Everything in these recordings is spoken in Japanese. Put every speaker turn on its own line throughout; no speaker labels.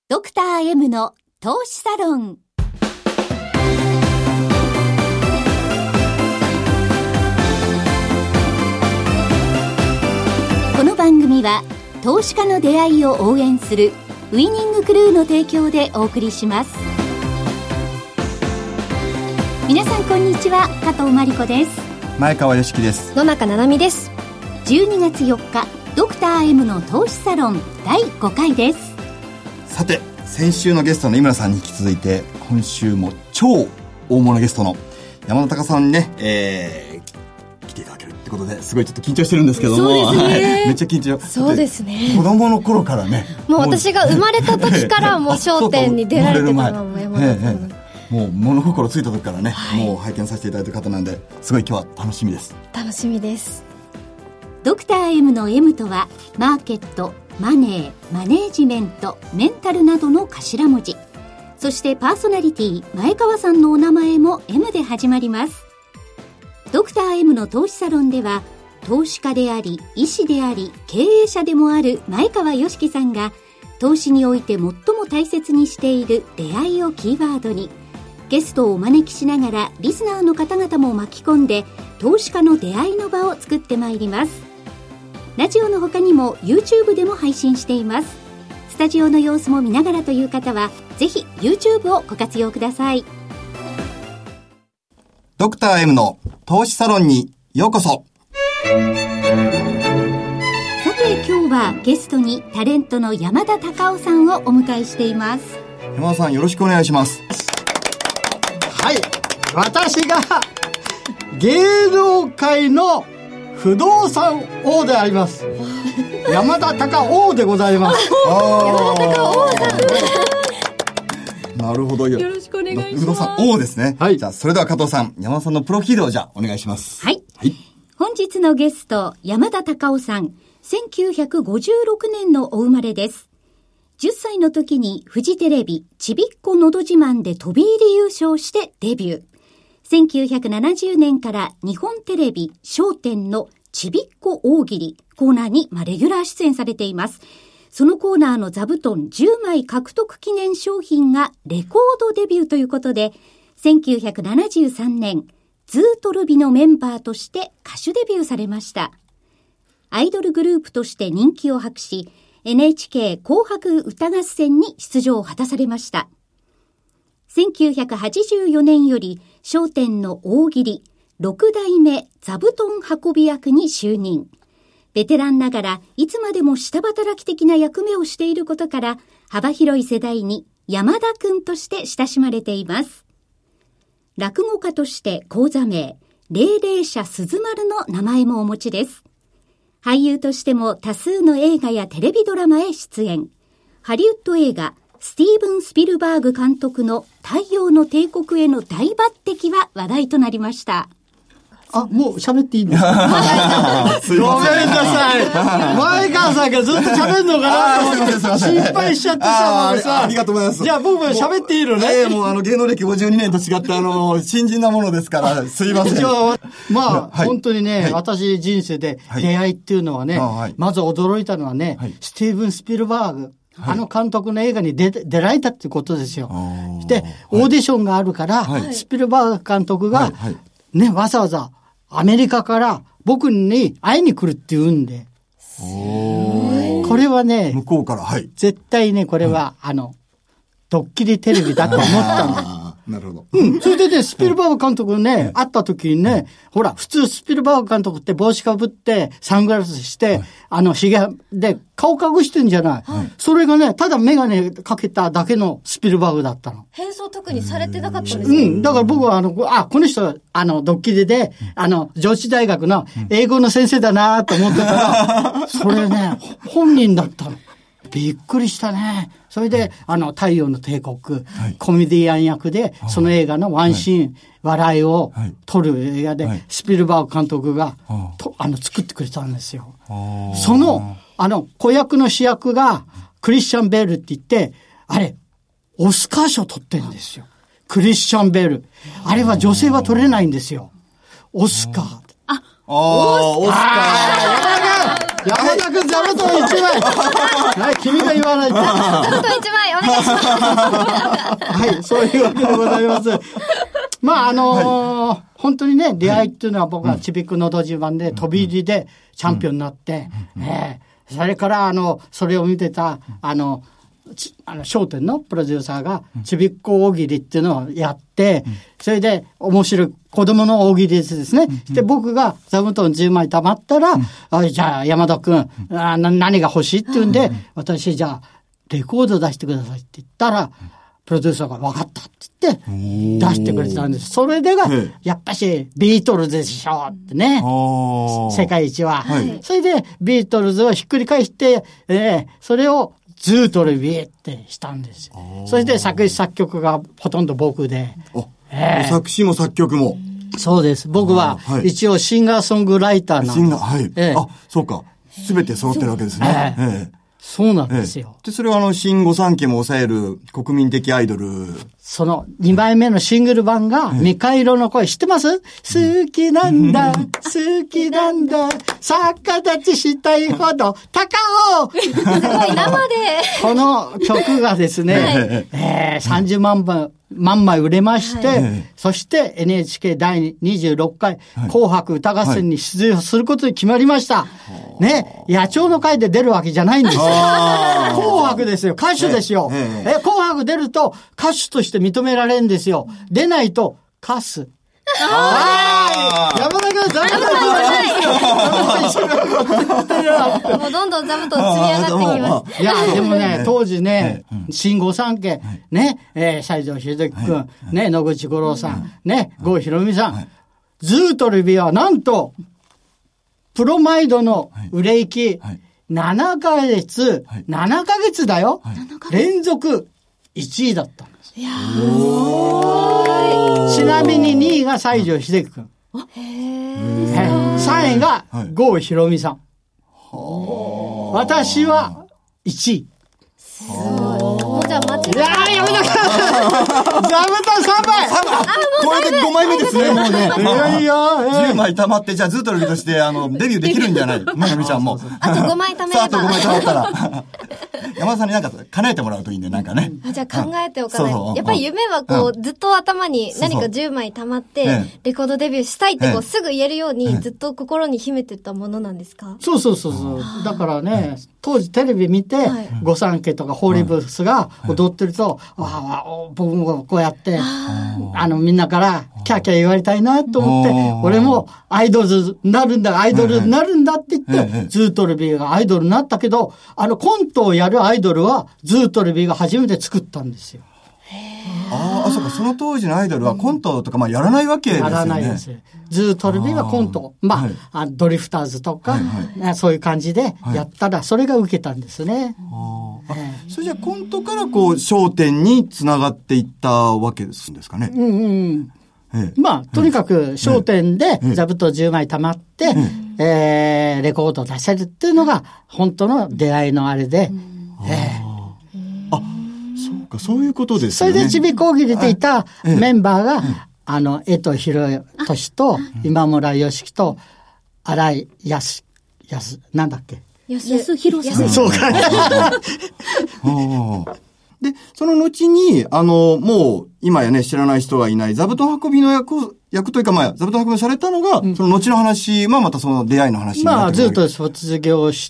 ドクター M の投資サロン。この番組は投資家の出会いを応援するウイニングクルーの提供でお送りします。皆さんこんにちは、加藤真理子です。
前川良樹です。
野中七海です。
12月4日ドクター M の投資サロン第5回です。
さて、先週のゲストの井村さんに引き続いて今週も超大物ゲストの山田隆さんにね、来ていただけるってことで、すごいちょっと緊張してるんですけども。
そうですね
めっちゃ緊張。
そうですね。
子供の頃からね、
もう私が生まれた時からもう笑点に出られてたのも山田さん、
もう物心ついた時からね、もう拝見させていただいている方なんで、すごい今日は楽しみです。
楽しみです。
ドクター M の M とはマーケット、マネー、マネージメント、メンタルなどの頭文字。そしてパーソナリティ前川さんのお名前も M で始まります。ドクター M の投資サロンでは、投資家であり医師であり経営者でもある前川良樹さんが、投資において最も大切にしている出会いをキーワードに、ゲストをお招きしながらリスナーの方々も巻き込んで、投資家の出会いの場を作ってまいります。ラジオの他にも YouTube でも配信しています。スタジオの様子も見ながらという方はぜひ YouTube をご活用ください。
ドクター M の投資サロンにようこそ。
さて、今日はゲストにタレントの山田隆夫さんをお迎えしています。
山田さん、よろしくお願いします。
はい、私が芸能界の不動産王であります山田隆夫でございます。
山田隆夫さ
んなるほど。
よろしくお願いします。
不動産王ですね。
はい。
じゃあ、それでは加藤さん、山田さんのプロフィールをじゃあお願いします。
はい。本日のゲスト、山田隆夫さん、1956年のお生まれです。10歳の時にフジテレビちびっこのど自慢で飛び入り優勝してデビュー。1970年から日本テレビ笑点のちびっこ大喜利コーナーにレギュラー出演されています。そのコーナーの座布団10枚獲得記念商品がレコードデビューということで、1973年ズートルビのメンバーとして歌手デビューされました。アイドルグループとして人気を博し、NHK 紅白歌合戦に出場を果たされました。1984年より笑点の大喜利6代目座布団運び役に就任。ベテランながらいつまでも下働き的な役目をしていることから、幅広い世代に山田くんとして親しまれています。落語家として講座名霊霊社鈴丸の名前もお持ちです。俳優としても多数の映画やテレビドラマへ出演。ハリウッド映画スティーブン・スピルバーグ監督の太陽の帝国への大抜擢は話題となりました。
あ、もう喋っていいんですか？
すいません。
ごめんなさい。前川さんがずっと喋るのかなと思って心配しちゃってさ。
ありがとうございます。
じゃあ僕も喋っていいのね。
もう芸能歴52年と違って新人なものですから、すいません。
まあ、本当にね、私人生で出会いっていうのはね、まず驚いたのはね、スティーブン・スピルバーグ。監督の映画に出られたってことですよ。で、オーディションがあるから、スピルバーグ監督が、ね、わざわざアメリカから僕に会いに来るって言うんで。これはね、
向こうから、
絶対ね、これは、ドッキリテレビだと思ったの。
なるほど。
それでね、スピルバーグ監督ね、会った時にね、ほら、普通スピルバーグ監督って帽子かぶって、サングラスして、髭で顔隠してんじゃない。それがね、ただメガネかけただけのスピルバーグだったの。
変装特にされてなかったんですね。
だから僕はこの人、ドッキリで、上智大学の英語の先生だなと思ってたら、それね、本人だったの。びっくりしたね。それで、太陽の帝国、コメディアン役で、その映画のワンシーン、笑いを撮る映画で、スピルバーグ監督が、作ってくれたんですよ。その、子役の主役が、クリスチャン・ベールって言って、あれ、オスカー賞取ってるんですよ。クリスチャン・ベール。あれは女性は取れないんですよ。オスカー。
オスカー。
山田君、座布団1枚。はい、君が言わないと。
座布団1枚お願いします。
はい、そういうわけでございます。まあ、本当にね、出会いっていうのは僕はちびくのど自慢で飛び入りでチャンピオンになって、それからそれを見てた、商店のプロデューサーがちびっこ大喜利っていうのをやって、それで面白い子供の大喜利ですね。で、僕が座布団10枚貯まったら、じゃあ山田くん、何が欲しいって言うんで、私じゃあレコード出してくださいって言ったら、プロデューサーが分かったって言って出してくれたんです。それでが、やっぱしビートルズでしょってね。世界一は。それでビートルズをひっくり返して、それをズートルビーってしたんです。そして作詞作曲がほとんど僕で。
作詞も作曲も。
そうです。僕は一応シンガーソングライターなんです。
はい。そうか。すべて揃ってるわけですね。
そうなんですよ。
で、それは新御三家も抑える国民的アイドル。
その2枚目のシングル版が、ミカイロの声知ってます？好きなんだ、好きなんだ、逆立ちしたいほど、高尾
すごい生で。
この曲がですね、30万枚売れまして、そして NHK 第26回紅白歌合戦に出場することに決まりました。ね、野鳥の会で出るわけじゃないんですよ。紅白ですよ、歌手ですよ。紅白出ると歌手として認められるんですよ。出ないとカス。山田君、座布団
もうどんどん座布団積み上がってきます。
いや、でもね、当時ね、新御三家、ね、西城秀樹君、ね、野口五郎さん、ね、郷ひろみさん、ズートルビはなんと、プロマイドの売れ行き、7ヶ月だよ。連続1位だったんです。いやちなみに2位が西城秀樹君。3位が郷ひろみさん。私は1位。
すごい。もうじゃあ間違えた。
いやー、やめなきゃ座布団3枚
これで5枚目ですね、もうね。
いや
10枚溜まって、じゃあずっとルビとして、デビューできるんじゃないまなみちゃんも。
あと5枚貯めれば。
あと5枚溜まったら。山田さんになんか叶えてもらうといいんで、なんかね。
じゃあ考えておかない。やっぱり夢はこう、ずっと頭に何か10枚溜まって、レコードデビューしたいってこう、すぐ言えるように、ずっと心に秘めてたものなんですか？
そう。だからね、当時テレビ見て、御三家とかホーリーブスが踊ってると、僕もこうやって、みんなからキャーキャー言われたいなと思って、俺もアイドルになるんだって言って、ズートルビーがアイドルになったけど、コントをやるアイドルはズートルビーが初めて作ったんですよ。
そうか、その当時のアイドルはコントとか、やらないわけですよね。やらないです。
ズートルビーはコント。ドリフターズとか、そういう感じでやったら、それが受けたんですね。
それじゃコントから笑点につながっていったわけですかね。
とにかく笑点で座布団10枚溜まって、レコードを出せるっていうのが、本当の出会いのあれで、
そういうことですね。
それでちびっこ大喜利でいたメンバーが、江藤博俊と今村良樹と新井なんだっけ？
安弘さん。
そうか。
で、その後に、もう、今やね、知らない人がいない、座布団運びの役というか、座布団運びされたのが、その後の話、またその出会いの話になって
ずっと卒業して、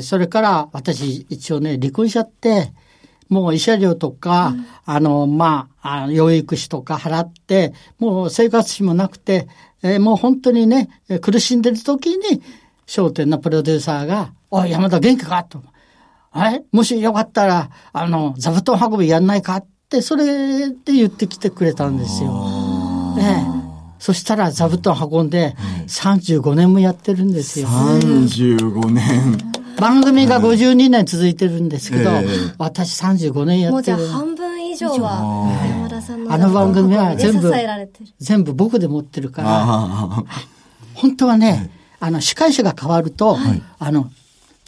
それから私一応ね、離婚しちゃって、もう慰謝料とか、養育費とか払って、もう生活費もなくて、もう本当にね、苦しんでる時に、笑点のプロデューサーが、おい、山田元気かと。もしよかったら、座布団運びやんないかって、それで言ってきてくれたんですよ。そしたら座布団運んで、35年もやってるんですよ。
35年。
番組が52年続いてるんですけど、私35年やってる。
もうじゃあ半分以上は山田さんの
番組は全部僕で持ってるから、本当はね、司会者が変わると、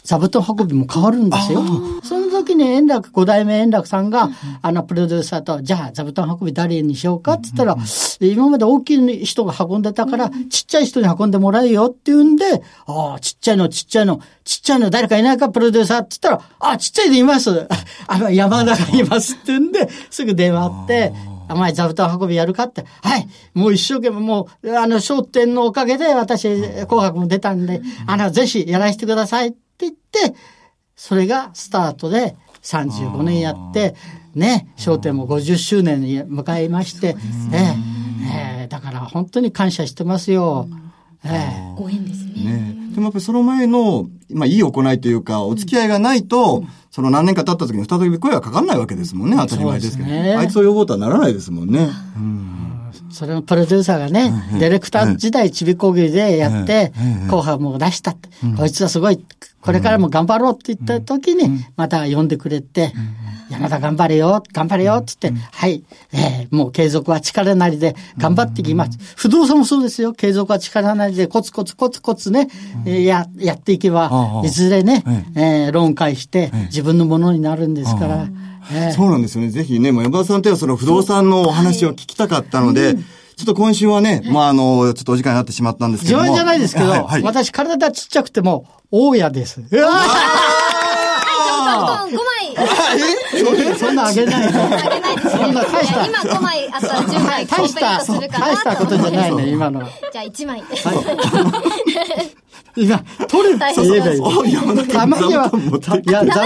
座布団運びも変わるんですよ。その時に5代目円楽さんが、プロデューサーと、じゃあ座布団運び誰にしようかって言ったら、今まで大きい人が運んでたから、ちっちゃい人に運んでもらえよって言うんで、ちっちゃいの誰かいないかプロデューサーって言ったら、ちっちゃいでいます。山田がいますって言うんで、すぐ電話あって、お前座布団運びやるかって。はい。もう一生懸命もう、笑点のおかげで私、紅白も出たんで、ぜひやらせてくださいって言って、それがスタートで35年やって、ね、笑点も50周年に迎えまして、だから本当に感謝してますよ。
ご縁ですね。
でもやっぱりその前の、いい行いというか、お付き合いがないと、その何年か経った時に再び声はかかんないわけですもんね、当たり前ですけど。あいつを呼ぼうとはならないですもんね。
それのプロデューサーがね、ディレクター時代ちびこぎでやって、紅白も出したって、こいつはすごい、これからも頑張ろうって言った時に、また呼んでくれて、山田頑張れよって言って、はい、もう継続は力なりで頑張っていきます。不動産もそうですよ。継続は力なりでコツコツね、やっていけば、いずれね、ローン返して自分のものになるんですから。
そうなんですよね。ぜひね、山田さんとはその不動産のお話を聞きたかったので、ちょっと今週はね、ちょっとお時間になってしまったんですけども。
自慢じゃないですけど、私体ちっちゃくても、大家です。
5
枚そんなあげないの。
あげないです。
そんな大した。
今5枚あったら10枚
大したことじゃないね、今の。
じゃあ1枚。
今、取れって言えばいい。たまには、座布団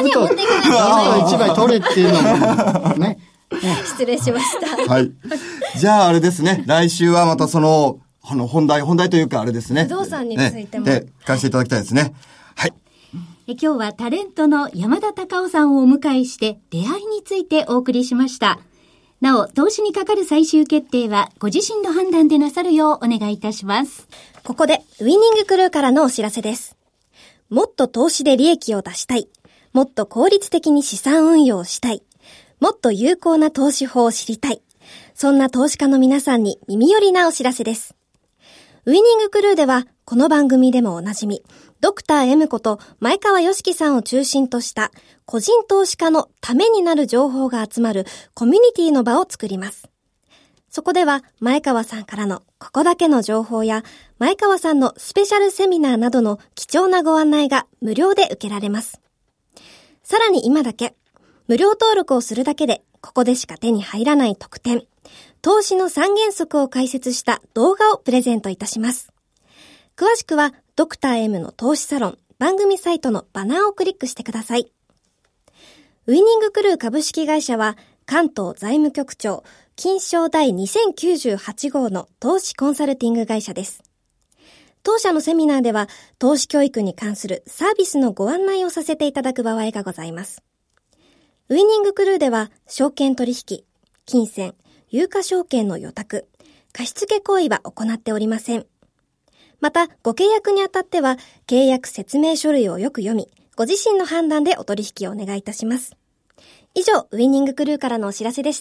1枚取れっていうのもね。
失礼しました。
はい。じゃああれですね、来週はまたその、本題というかあれですね。
不動産についても。
聞かせていただきたいですね。はい。
今日はタレントの山田隆夫さんをお迎えして出会いについてお送りしました。なお、投資にかかる最終決定はご自身の判断でなさるようお願いいたします。
ここでウィニングクルーからのお知らせです。もっと投資で利益を出したい。もっと効率的に資産運用したい。もっと有効な投資法を知りたい。そんな投資家の皆さんに耳寄りなお知らせです。ウィニングクルーではこの番組でもおなじみ、ドクター M こと前川良樹さんを中心とした個人投資家のためになる情報が集まるコミュニティの場を作ります。そこでは前川さんからのここだけの情報や前川さんのスペシャルセミナーなどの貴重なご案内が無料で受けられます。さらに今だけ無料登録をするだけでここでしか手に入らない特典、投資の3原則を解説した動画をプレゼントいたします。詳しくはドクター M の投資サロン番組サイトのバナーをクリックしてください。ウィニングクルー株式会社は関東財務局長金賞第2098号の投資コンサルティング会社です。当社のセミナーでは投資教育に関するサービスのご案内をさせていただく場合がございます。ウィニングクルーでは証券取引、金銭、有価証券の予託、貸付行為は行っておりません。また、ご契約にあたっては、契約説明書類をよく読み、ご自身の判断でお取引をお願いいたします。以上、ウィニングクルーからのお知らせでした。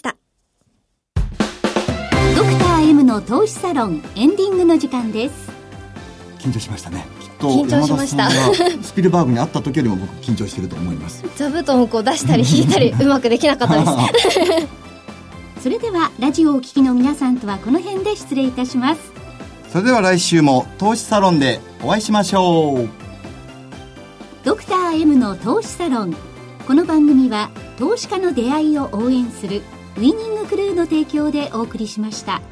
ドクター M の投資サロンエンディングの時間です。
緊張しましたね。きっと
緊張しました。
スピルバーグに会った時よりも僕緊張してると思います。
座布団をこう出したり引いたりうまくできなかったです。
それではラジオをお聞きの皆さんとはこの辺で失礼いたします。
それでは来週も投資サロンでお会いしましょう。
ドクター M の投資サロン。この番組は投資家の出会いを応援するウィニングクルーの提供でお送りしました。